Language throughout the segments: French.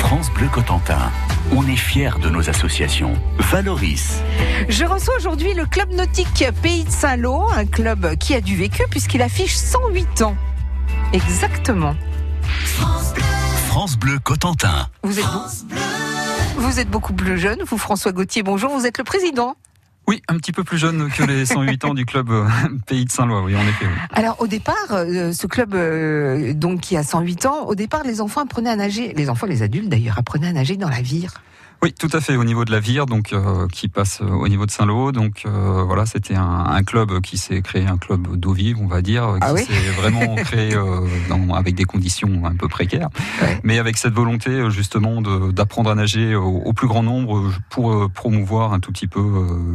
France Bleu Cotentin. On est fiers de nos associations. Valoris. Je reçois aujourd'hui le club nautique Pays de Saint-Lô, un club qui a du vécu puisqu'il affiche 108 ans. Exactement. France Bleu Cotentin. Vous êtes beaucoup plus jeune, vous François Gauthier, bonjour, vous êtes le président. Oui, un petit peu plus jeune que les 108 ans du club Pays de Saint-Lô, oui, en effet. Oui. Alors au départ, ce club donc qui a 108 ans, au départ les enfants apprenaient à nager, les adultes d'ailleurs apprenaient à nager dans la Vire. Oui, tout à fait, au niveau de la Vire, donc qui passe au niveau de Saint-Lô. Donc voilà, c'était un club qui s'est créé, un club d'eau vive, on va dire, qui s'est vraiment créé avec des conditions un peu précaires, mais avec cette volonté justement d'apprendre à nager au plus grand nombre pour promouvoir un tout petit peu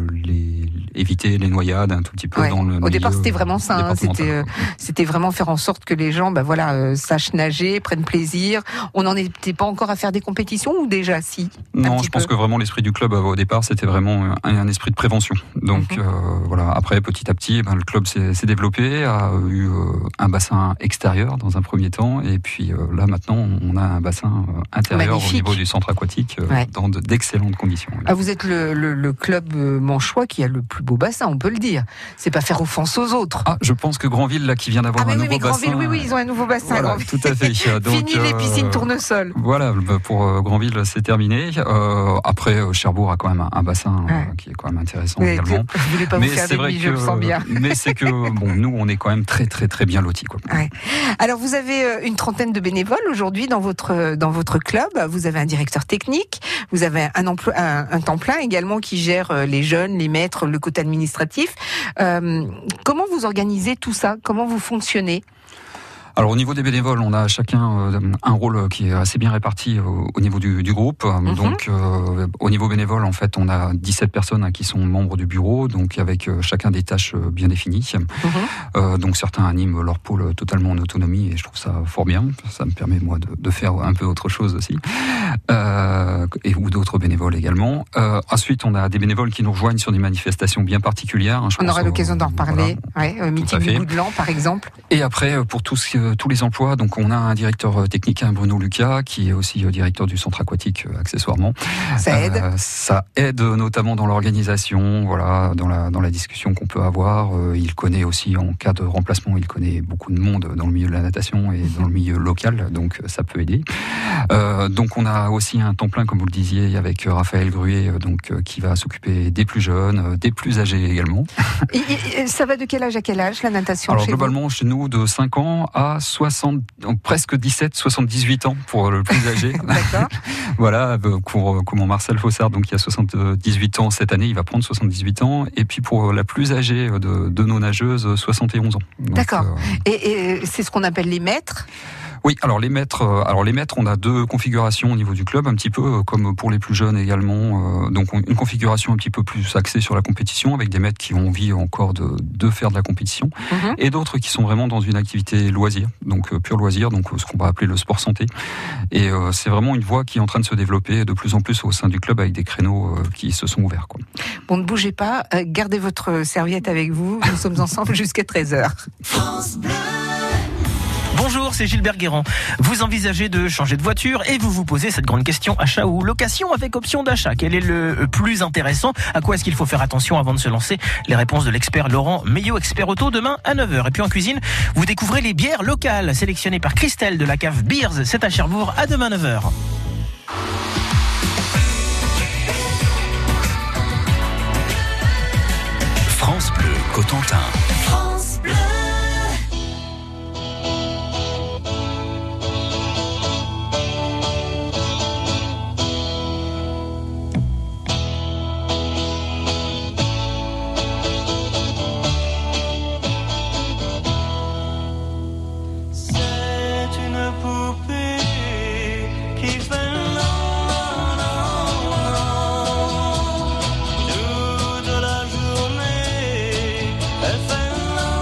éviter les noyades, un tout petit peu dans le milieu. Au départ, c'était vraiment ça, hein, c'était vraiment faire en sorte que les gens, sachent nager, prennent plaisir. On n'en était pas encore à faire des compétitions ou déjà si? Non, je pense que vraiment l'esprit du club au départ c'était vraiment un esprit de prévention. Donc voilà. Après petit à petit, le club s'est développé, a eu un bassin extérieur dans un premier temps, et puis là maintenant on a un bassin intérieur au niveau du centre aquatique dans d'excellentes conditions. Ah, vous êtes le club manchois qui a le plus beau bassin, on peut le dire. C'est pas faire offense aux autres. Ah, je pense que Grandville là qui vient d'avoir un nouveau bassin. Oui, ils ont un nouveau bassin. Voilà, tout à fait. Donc, fini les piscines tournesol. Voilà, pour Grandville c'est terminé. Après, Cherbourg a quand même un bassin qui est quand même intéressant également. Je voulais pas vous faire des je le sens bien. Mais c'est que nous, on est quand même très très très bien lotis, quoi. Ouais. Alors, vous avez une trentaine de bénévoles aujourd'hui dans votre club. Vous avez un directeur technique, vous avez un temps plein également qui gère les jeunes, les maîtres, le côté administratif. Comment vous organisez tout ça? Comment vous fonctionnez? Alors au niveau des bénévoles, on a chacun un rôle qui est assez bien réparti au niveau du groupe. Donc au niveau bénévole, en fait, on a 17 personnes qui sont membres du bureau, donc avec chacun des tâches bien définies. Donc certains animent leur pôle totalement en autonomie et je trouve ça fort bien. Ça me permet moi de faire un peu autre chose aussi. Ou d'autres bénévoles également. Ensuite, on a des bénévoles qui nous rejoignent sur des manifestations bien particulières. On aura l'occasion d'en reparler. Voilà, meeting du Bout de l'An, par exemple. Et après, pour tous les emplois, donc on a un directeur technique, Bruno Lucas, qui est aussi directeur du centre aquatique accessoirement. Ça aide. Ça aide notamment dans l'organisation, voilà, dans la discussion qu'on peut avoir. Il connaît aussi en cas de remplacement, il connaît beaucoup de monde dans le milieu de la natation et dans le milieu local, donc ça peut aider. Donc on a aussi un temps plein, comme vous le disiez, avec Raphaël Gruet, qui va s'occuper des plus jeunes, des plus âgés également. Et ça va de quel âge à quel âge la natation? Alors globalement chez nous de 5 ans à presque 78 ans pour le plus âgé. D'accord. Voilà, comment Marcel Fossard, donc qui a 78 ans cette année, il va prendre 78 ans. Et puis pour la plus âgée de nos nageuses, 71 ans. Donc, d'accord. Et c'est ce qu'on appelle les maîtres? Oui, alors les maîtres, on a deux configurations au niveau du club, un petit peu comme pour les plus jeunes également. Donc une configuration un petit peu plus axée sur la compétition, avec des maîtres qui ont envie encore de faire de la compétition, et d'autres qui sont vraiment dans une activité loisir, donc pur loisir, donc ce qu'on va appeler le sport santé. Et c'est vraiment une voie qui est en train de se développer de plus en plus au sein du club, avec des créneaux qui se sont ouverts, quoi. Bon, ne bougez pas, gardez votre serviette avec vous. Nous sommes ensemble jusqu'à 13h. Bonjour, c'est Gilbert Guérand. Vous envisagez de changer de voiture et vous vous posez cette grande question, achat ou location avec option d'achat. Quel est le plus intéressant? À quoi est-ce qu'il faut faire attention avant de se lancer? Les réponses de l'expert Laurent Meillot, expert auto, demain à 9h. Et puis en cuisine, vous découvrez les bières locales sélectionnées par Christelle de la cave Beers. C'est à Cherbourg, à demain 9h. France Bleu Cotentin. France Bleu. Elle fait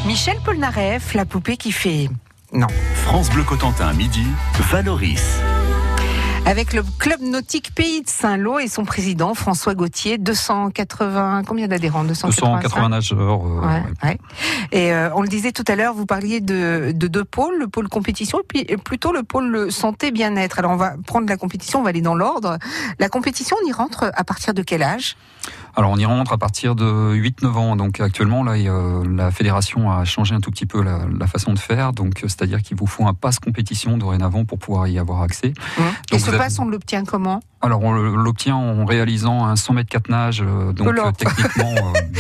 Michel Polnareff, la poupée qui fait... Non. France Bleu Cotentin, midi, Valoris. Avec le club nautique Pays de Saint-Lô et son président François Gauthier, 280, combien d'adhérents? 280 nageurs. Ouais. Et on le disait tout à l'heure, vous parliez de deux pôles, le pôle compétition et puis plutôt le pôle santé bien-être. Alors on va prendre la compétition, on va aller dans l'ordre. La compétition, on y rentre à partir de quel âge? Alors on y rentre à partir de 8-9 ans. Donc actuellement, là, la fédération a changé un tout petit peu la façon de faire. Donc c'est-à-dire qu'il vous faut un pass compétition dorénavant pour pouvoir y avoir accès. Et ce pass, on l'obtient comment? Alors on l'obtient en réalisant un 100 mètres 4 nages, donc techniquement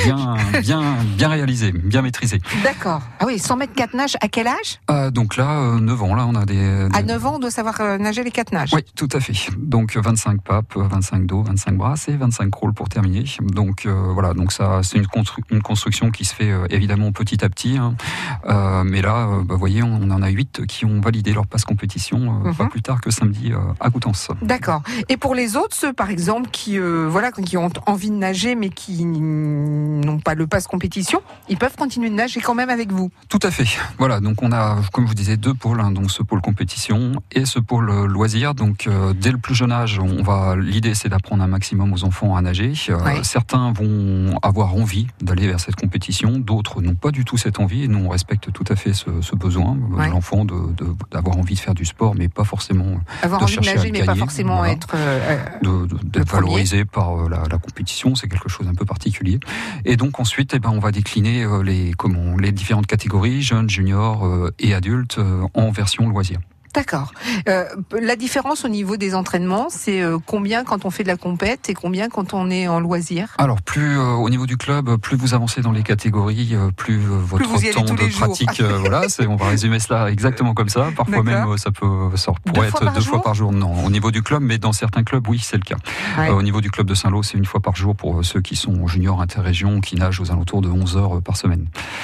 bien réalisé, bien maîtrisé. D'accord. Ah oui, 100 mètres 4 nages, à quel âge? Donc là, 9 ans. Là, on a des... À 9 ans, on doit savoir nager les 4 nages. Oui, tout à fait. Donc 25 papes, 25 dos, 25 brasses et 25 crawls pour terminer. Donc voilà, donc ça, c'est une construction qui se fait évidemment petit à petit. Mais là, vous voyez, on en a 8 qui ont validé leur passe compétition pas plus tard que samedi à Coutances. D'accord. Et pour les autres, ceux par exemple qui ont envie de nager mais qui n'ont pas le pass compétition, ils peuvent continuer de nager quand même avec vous. Tout à fait. Voilà, donc on a, comme je vous disais, 2 pôles, donc ce pôle compétition et ce pôle loisir. Donc dès le plus jeune âge, l'idée c'est d'apprendre un maximum aux enfants à nager. Certains vont avoir envie d'aller vers cette compétition, d'autres n'ont pas du tout cette envie et nous on respecte tout à fait ce besoin de l'enfant d'avoir envie de faire du sport mais pas forcément avoir envie de nager mais pas forcément être d'être valorisé par la compétition, c'est quelque chose d'un peu particulier. Et donc ensuite, on va décliner les différentes catégories, jeunes, juniors et adultes, en version loisir. D'accord. La différence au niveau des entraînements, c'est combien quand on fait de la compète et combien quand on est en loisir? Alors, plus au niveau du club, plus vous avancez dans les catégories, plus votre temps de pratique, on va résumer cela exactement comme ça. Parfois même, ça pourrait être 2 fois par jour. Non, au niveau du club, mais dans certains clubs, oui, c'est le cas. Ouais. Au niveau du club de Saint-Lô, c'est 1 fois par jour pour ceux qui sont juniors interrégions, qui nagent aux alentours de 11 heures par semaine.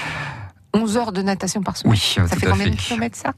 11 heures de natation par semaine. Oui, ça fait combien de kilomètres ça?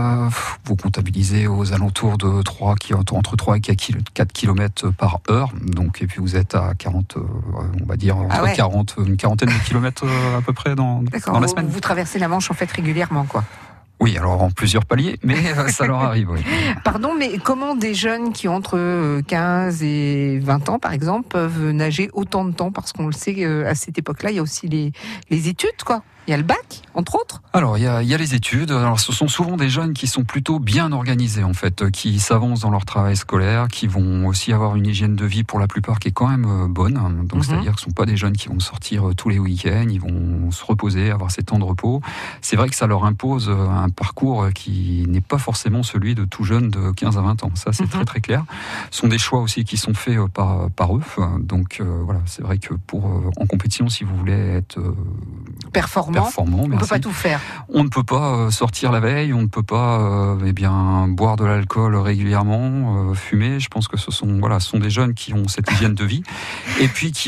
Vous comptabilisez aux alentours de entre 3 et 4 kilomètres par heure. Donc, et puis vous êtes à 40, on va dire, une quarantaine de kilomètres à peu près dans la semaine. Vous traversez la Manche en fait régulièrement, quoi. Oui, alors en plusieurs paliers, mais ça leur arrive, oui. Pardon, mais comment des jeunes qui ont entre 15 et 20 ans, par exemple, peuvent nager autant de temps? Parce qu'on le sait, à cette époque-là, il y a aussi les études, quoi. Il y a le bac, entre autres. Alors, il y a les études. Alors, ce sont souvent des jeunes qui sont plutôt bien organisés, en fait, qui s'avancent dans leur travail scolaire, qui vont aussi avoir une hygiène de vie, pour la plupart, qui est quand même bonne. Donc, c'est-à-dire que ce ne sont pas des jeunes qui vont sortir tous les week-ends, ils vont se reposer, avoir ces temps de repos. C'est vrai que ça leur impose un parcours qui n'est pas forcément celui de tout jeune de 15 à 20 ans. Ça, c'est très, très clair. Ce sont des choix aussi qui sont faits par eux. Donc, voilà, c'est vrai que en compétition, si vous voulez être performant, on ne peut pas tout faire. On ne peut pas sortir la veille, on ne peut pas boire de l'alcool régulièrement, fumer. Je pense que ce sont des jeunes qui ont cette hygiène de vie et puis qui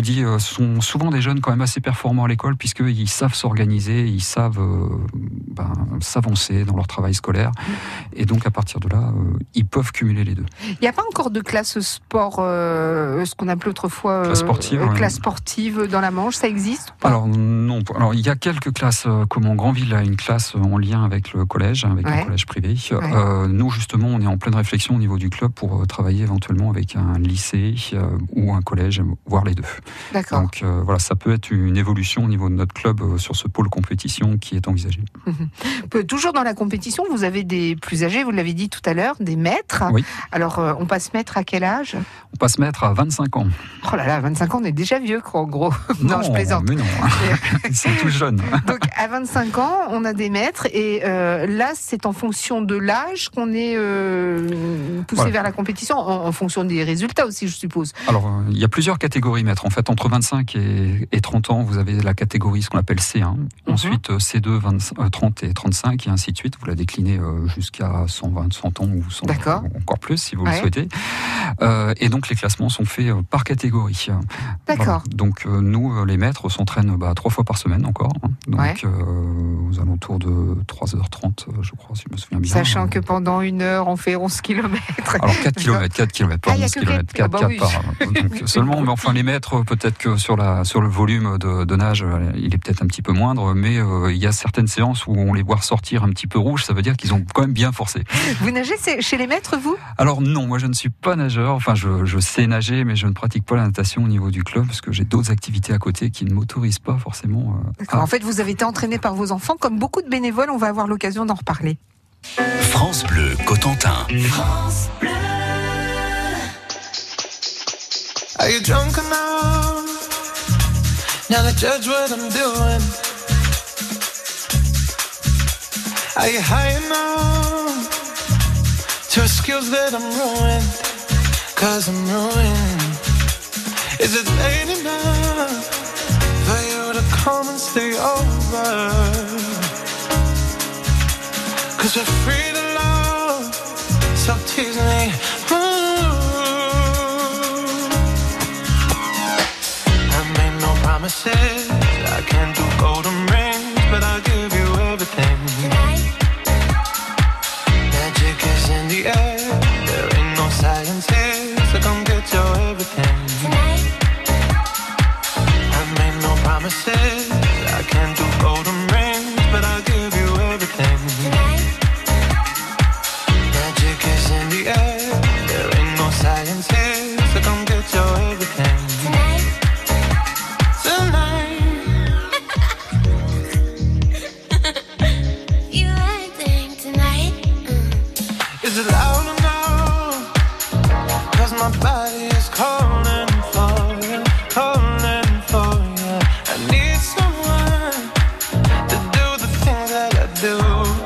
sont souvent des jeunes quand même assez performants à l'école puisqu'ils savent s'organiser, ils savent s'avancer dans leur travail scolaire et donc à partir de là, ils peuvent cumuler les deux. Il n'y a pas encore de classe sport, ce qu'on appelait autrefois classe sportive dans la Manche, ça existe ou pas? Alors non, il y a quelques classes, comme en Grandville, une classe en lien avec le collège, avec un collège privé. Nous, justement, on est en pleine réflexion au niveau du club pour travailler éventuellement avec un lycée ou un collège, voire les deux. D'accord. Donc ça peut être une évolution au niveau de notre club sur ce pôle compétition qui est envisagé. Toujours dans la compétition, vous avez des plus âgés, vous l'avez dit tout à l'heure, des maîtres. Oui. Alors, on passe maître à quel âge? On passe maître à 25 ans. Oh là là, 25 ans, on est déjà vieux, en gros. Non, je plaisante. Mais non, ils sont tous jeunes. Donc, à 25 ans, on a des maîtres et là, c'est en fonction de l'âge qu'on est poussé vers la compétition, en fonction des résultats aussi, je suppose. Alors, il y a plusieurs catégories maîtres. En fait, entre 25 et 30 ans, vous avez la catégorie, ce qu'on appelle C1. Ensuite, C2, 30 et 35, et ainsi de suite. Vous la déclinez jusqu'à 120, 100 ans ou 100, encore plus, si vous le souhaitez. Et donc, les classements sont faits par catégorie. D'accord. Voilà. Donc, nous, les maîtres, s'entraînent 3 fois par semaine. semaine encore. Donc, Ouais. aux alentours de 3h30, je crois, si je me souviens bien. Sachant que pendant 1 heure, on fait 11 km. Alors 4 km, pas Ah, il y a 11 que km, 4 bah oui. par. Donc, seulement, mais enfin les mètres, peut-être que sur le volume de nage, il est peut-être un petit peu moindre, mais il y a certaines séances où on les voit ressortir un petit peu rouges, ça veut dire qu'ils ont quand même bien forcé. Vous nagez chez les maîtres, vous ? Alors non, moi je ne suis pas nageur, enfin je sais nager, mais je ne pratique pas la natation au niveau du club, parce que j'ai d'autres activités à côté qui ne m'autorisent pas forcément. En fait, vous avez été entraîné par vos enfants, comme beaucoup de bénévoles, on va avoir l'occasion d'en reparler. France Bleu Cotentin. France Bleu. Are you drunk enough now to judge what I'm doing? Are you high enough to excuse that I'm ruined? 'Cause I'm ruined. Is it late enough for you to come and stay over? 'Cause we're free to love, so tease me. I made no promises, I can't do golden rings, but I'll give you everything. Magic is in the air, there ain't no science here, so come get your everything. I made no promises, I can't do golden rings, but I'll give you everything. Magic is in the air, there ain't no science here, so come get your everything. Tonight. You acting tonight? Is it loud enough? 'Cause my body is calling for you, calling for you. I need someone to do the things that I do.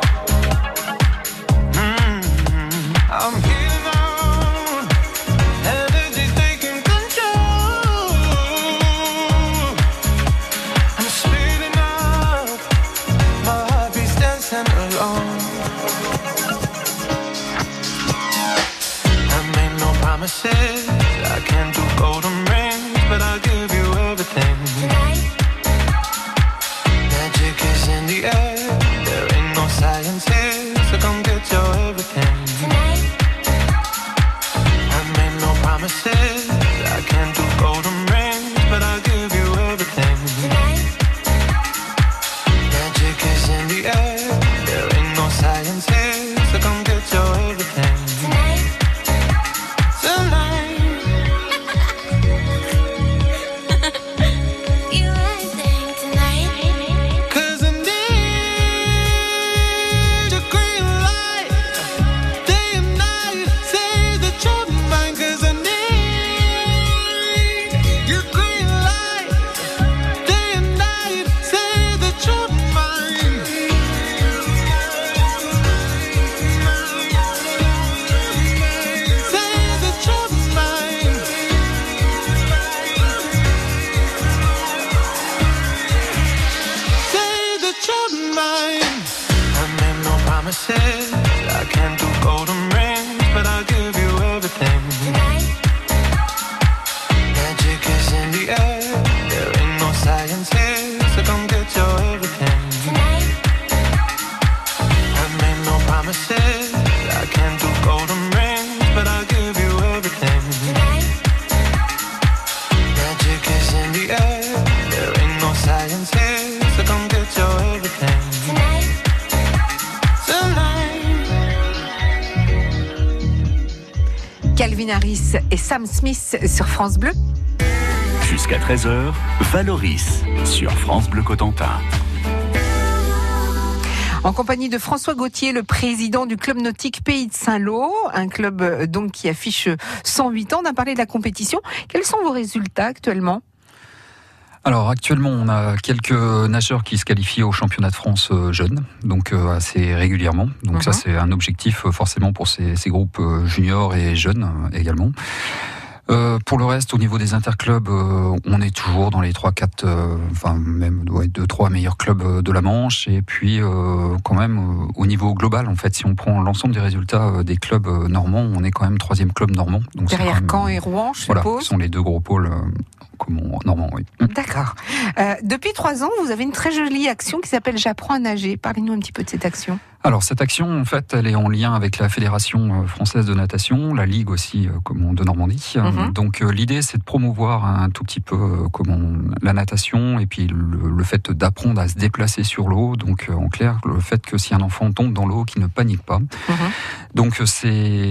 I'm healing on, energy taking control. I'm speeding up, my heartbeat's dancing alone. I made no promises, I can't do golden rings, but I'll give you everything. Magic is in the air, there ain't no science here, so come get your everything. I made no promises, I can't do golden rings, but I'll give you everything. Magic is in the air, there ain't no science here, so come get your everything. Tonight. You acting tonight? 'Cause I need a green light, day and night, say that you're mine. 'Cause I need your green light, day and night, say that you're mine. Say that you're mine. Say that you're mine. I made no promises, I can't do golden rings, but I'll give you everything. Magic is in the air, there ain't no science here, so come get your everything. I made no promises, I can't do golden rings, but I'll give you everything. Magic is in the air, there ain't no science here, so come get your everything. Tonight. Calvin Harris et Sam Smith sur France Bleu. Jusqu'à 13h, Valoris sur France Bleu Cotentin. En compagnie de François Gauthier, le président du club nautique Pays de Saint-Lô, un club donc qui affiche 108 ans. On a parlé de la compétition. Quels sont vos résultats actuellement ? Alors actuellement, on a quelques nageurs qui se qualifient au championnat de France jeunes, donc assez régulièrement. Donc ça, c'est un objectif forcément pour ces groupes juniors et jeunes également. Pour le reste, au niveau des interclubs, on est toujours dans les 3-4, enfin même 2-3 meilleurs clubs de la Manche. Et puis quand même, au niveau global, en fait, si on prend l'ensemble des résultats des clubs normands, on est quand même 3e club normand. Donc Derrière c'est quand même, Caen et Rouen, je voilà, suppose. ce sont les deux gros pôles normand, oui. D'accord. Depuis 3 ans, vous avez une très jolie action qui s'appelle J'apprends à nager. Parlez-nous un petit peu de cette action. Alors cette action, en fait, elle est en lien avec la Fédération française de natation, la Ligue aussi de Normandie. Donc l'idée, c'est de promouvoir un tout petit peu la natation et puis le fait d'apprendre à se déplacer sur l'eau. Donc en clair, le fait que si un enfant tombe dans l'eau, qu'il ne panique pas. Donc on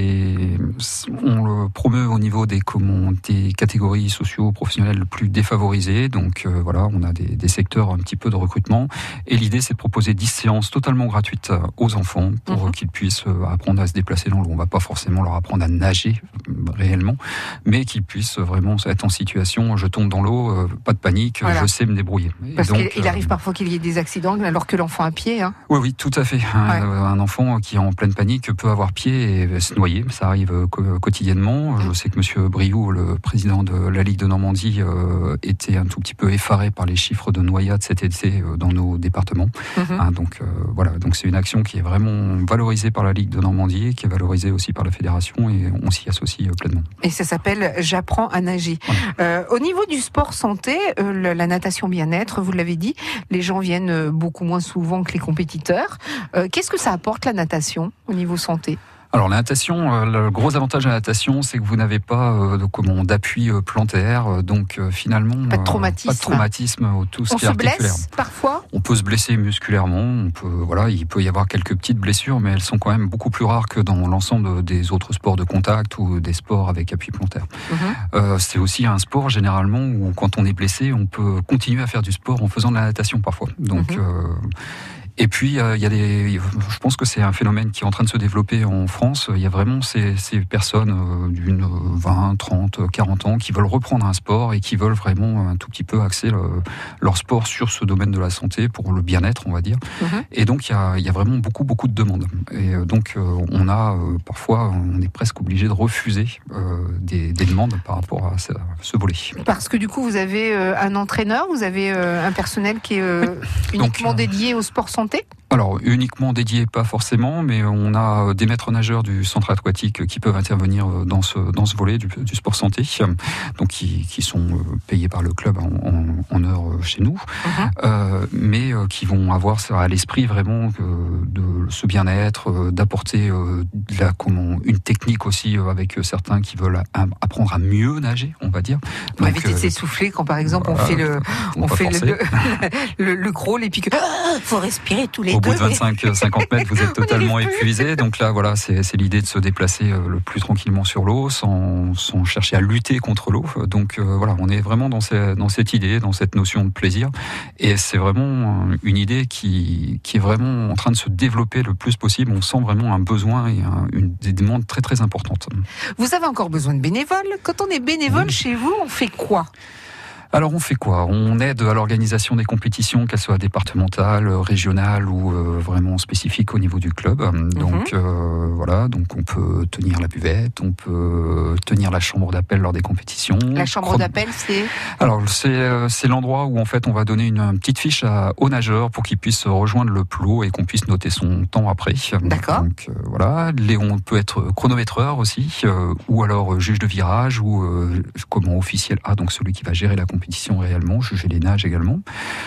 le promeut au niveau des catégories socio-professionnelles les plus défavorisées. Donc voilà, on a des secteurs un petit peu de recrutement. Et l'idée, c'est de proposer 10 séances totalement gratuites aux enfants pour qu'ils puissent apprendre à se déplacer dans l'eau. On va pas forcément leur apprendre à nager réellement, mais qu'ils puissent vraiment être en situation, je tombe dans l'eau, pas de panique, voilà. Je sais me débrouiller. Parce qu'il arrive parfois qu'il y ait des accidents alors que l'enfant a pied. Oui, tout à fait. Un enfant qui est en pleine panique peut avoir pied et se noyer. Ça arrive quotidiennement. Je sais que Monsieur Briou, le président de la Ligue de Normandie, était un tout petit peu effaré par les chiffres de noyades cet été dans nos départements. Donc voilà, donc c'est une action qui est vraiment valorisée par la Ligue de Normandie, qui est valorisée aussi par la Fédération et on s'y associe pleinement. Et ça s'appelle J'apprends à nager. Au niveau du sport santé, la natation bien-être, vous l'avez dit, les gens viennent beaucoup moins souvent que les compétiteurs. Qu'est-ce que ça apporte la natation au niveau santé ? Alors la natation, le gros avantage de la natation, c'est que vous n'avez pas d'appui plantaire, donc finalement pas de traumatisme, tout ce qui est articulaire. On se blesse parfois. On peut se blesser musculairement, il peut y avoir quelques petites blessures, mais elles sont quand même beaucoup plus rares que dans l'ensemble des autres sports de contact ou des sports avec appui plantaire. C'est aussi un sport généralement où quand on est blessé, on peut continuer à faire du sport en faisant de la natation parfois. Donc et puis, je pense que c'est un phénomène qui est en train de se développer en France. Il y a vraiment ces personnes d'une 20, 30, 40 ans qui veulent reprendre un sport et qui veulent vraiment un tout petit peu axer leur sport sur ce domaine de la santé pour le bien-être, on va dire. Et donc, il y a vraiment beaucoup de demandes. Et donc, parfois, on est presque obligé de refuser des demandes par rapport à ce volet. Parce que du coup, vous avez un entraîneur, vous avez un personnel qui est uniquement dédié au sport santé ? Alors, uniquement dédié, pas forcément, mais on a des maîtres nageurs du centre aquatique qui peuvent intervenir dans ce volet du sport santé, donc qui sont payés par le club en heure chez nous, mais qui vont avoir à l'esprit vraiment de ce bien-être, d'apporter une technique aussi avec certains qui veulent apprendre à mieux nager, on va dire. Pour éviter de s'essouffler quand par exemple on fait le crawl et puis que faut respirer tous les deux. Au bout de 25-50 mètres, vous êtes totalement épuisé. Donc là, voilà, c'est l'idée de se déplacer le plus tranquillement sur l'eau, sans chercher à lutter contre l'eau. Donc voilà, on est vraiment dans cette idée, dans cette notion de plaisir. Et c'est vraiment une idée qui est vraiment en train de se développer le plus possible. On sent vraiment un besoin et des demandes très très importantes. Vous avez encore besoin de bénévoles. Quand on est bénévole chez vous, on fait quoi ? Alors on fait quoi ? On aide à l'organisation des compétitions, qu'elles soient départementales, régionales ou vraiment spécifiques au niveau du club. Donc donc on peut tenir la buvette, on peut tenir la chambre d'appel lors des compétitions. La chambre d'appel, c'est ? Alors c'est l'endroit où en fait on va donner une petite fiche aux nageurs pour qu'ils puissent rejoindre le plot et qu'on puisse noter son temps après. D'accord. Donc on peut être chronométreur aussi, ou alors juge de virage ou officiel A, donc celui qui va gérer la compétition réellement, juger les nages également.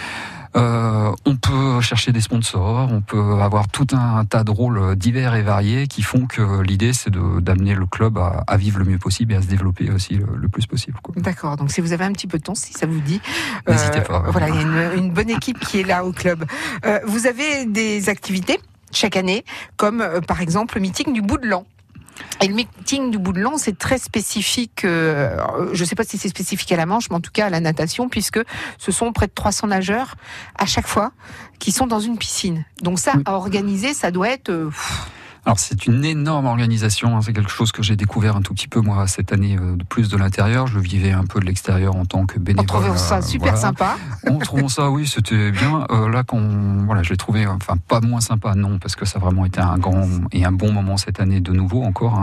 On peut chercher des sponsors, on peut avoir tout un tas de rôles divers et variés qui font que l'idée c'est d'amener le club à vivre le mieux possible et à se développer aussi le plus possible. D'accord, donc si vous avez un petit peu de temps, si ça vous dit, n'hésitez pas. Voilà, il y a une bonne équipe qui est là au club. Vous avez des activités chaque année, comme par exemple le meeting du bout de l'an. Et le meeting du bout de l'an, c'est très spécifique, je ne sais pas si c'est spécifique à la Manche, mais en tout cas à la natation, puisque ce sont près de 300 nageurs à chaque fois qui sont dans une piscine. Donc ça, à organiser, ça doit être... Alors c'est une énorme organisation, c'est quelque chose que j'ai découvert un tout petit peu moi cette année de plus de l'intérieur. Je le vivais un peu de l'extérieur en tant que bénévole. En trouvant ça super sympa. En trouvant ça, oui, c'était bien. Là, je l'ai trouvé, pas moins sympa, non, parce que ça a vraiment été un grand et un bon moment cette année de nouveau encore.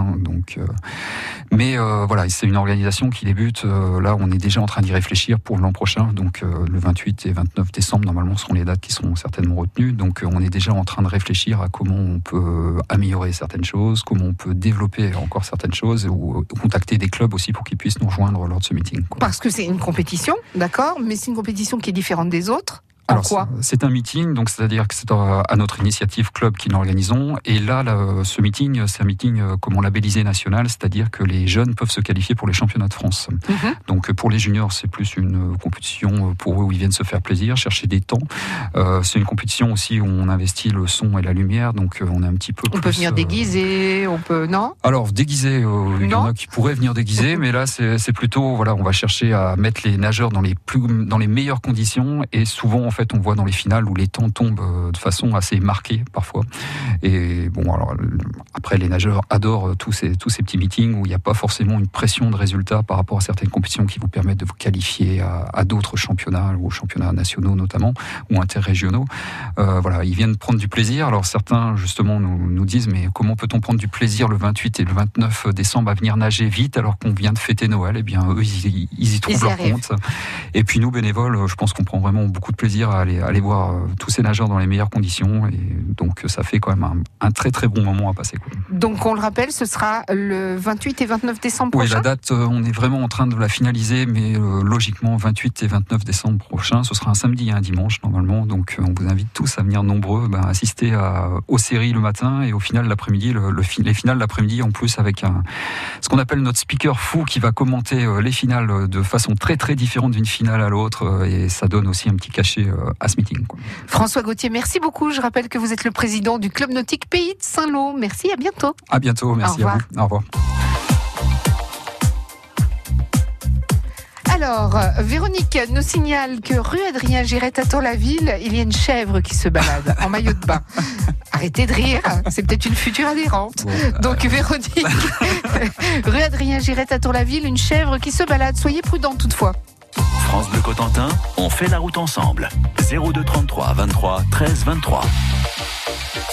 Mais c'est une organisation qui débute. Là, on est déjà en train d'y réfléchir pour l'an prochain. Donc le 28 et 29 décembre, normalement, seront les dates qui seront certainement retenues. Donc on est déjà en train de réfléchir à comment on peut améliorer améliorer certaines choses, comment on peut développer encore certaines choses, ou contacter des clubs aussi pour qu'ils puissent nous rejoindre lors de ce meeting. Parce que c'est une compétition, d'accord, mais c'est une compétition qui est différente des autres. Alors, quoi ? C'est un meeting, donc c'est-à-dire que c'est à notre initiative club qui l'organisons. Et là, ce meeting, c'est un meeting comme on labellisé national, c'est-à-dire que les jeunes peuvent se qualifier pour les championnats de France. Donc pour les juniors, c'est plus une compétition pour eux où ils viennent se faire plaisir, chercher des temps. C'est une compétition aussi où on investit le son et la lumière, donc on est un petit peu. On peut venir déguisé, on peut non ? Alors déguisé, il y en a qui pourraient venir déguisés, mais là c'est plutôt voilà, on va chercher à mettre les nageurs dans les meilleures conditions, et souvent en fait on voit dans les finales où les temps tombent de façon assez marquée parfois. Et bon, alors après les nageurs adorent tous ces petits meetings où il n'y a pas forcément une pression de résultats par rapport à certaines compétitions qui vous permettent de vous qualifier à d'autres championnats, ou aux championnats nationaux notamment, ou interrégionaux. Voilà, ils viennent prendre du plaisir. Alors certains justement nous disent, mais comment peut-on prendre du plaisir le 28 et le 29 décembre à venir nager vite alors qu'on vient de fêter Noël ? Eh bien eux ils y trouvent leur compte. Et puis nous bénévoles, je pense qu'on prend vraiment beaucoup de plaisir à aller voir tous ces nageurs dans les meilleures conditions, et donc ça fait quand même un très très bon moment à passer, quoi. Donc on le rappelle, ce sera le 28 et 29 décembre prochain. Oui, la date, on est vraiment en train de la finaliser, mais logiquement 28 et 29 décembre prochain, ce sera un samedi et un dimanche normalement, donc on vous invite tous à venir nombreux, assister aux séries le matin, et au final l'après-midi, les finales l'après-midi en plus, avec ce qu'on appelle notre speaker fou qui va commenter les finales de façon très très différente d'une finale à l'autre, et ça donne aussi un petit cachet à ce meeting, quoi. François Gauthier, merci beaucoup. Je rappelle que vous êtes le président du Club Nautique Pays de Saint-Lô. Merci, à bientôt. À bientôt, merci à vous. Au revoir. Alors, Véronique nous signale que rue Adrien Girette à Tour-la-Ville, il y a une chèvre qui se balade en maillot de bain. Arrêtez de rire, c'est peut-être une future adhérente. Bon, donc Véronique, rue Adrien Girette à Tour-la-Ville, une chèvre qui se balade. Soyez prudents toutefois. France Bleu Cotentin, on fait la route ensemble. 02 33 23 13 23.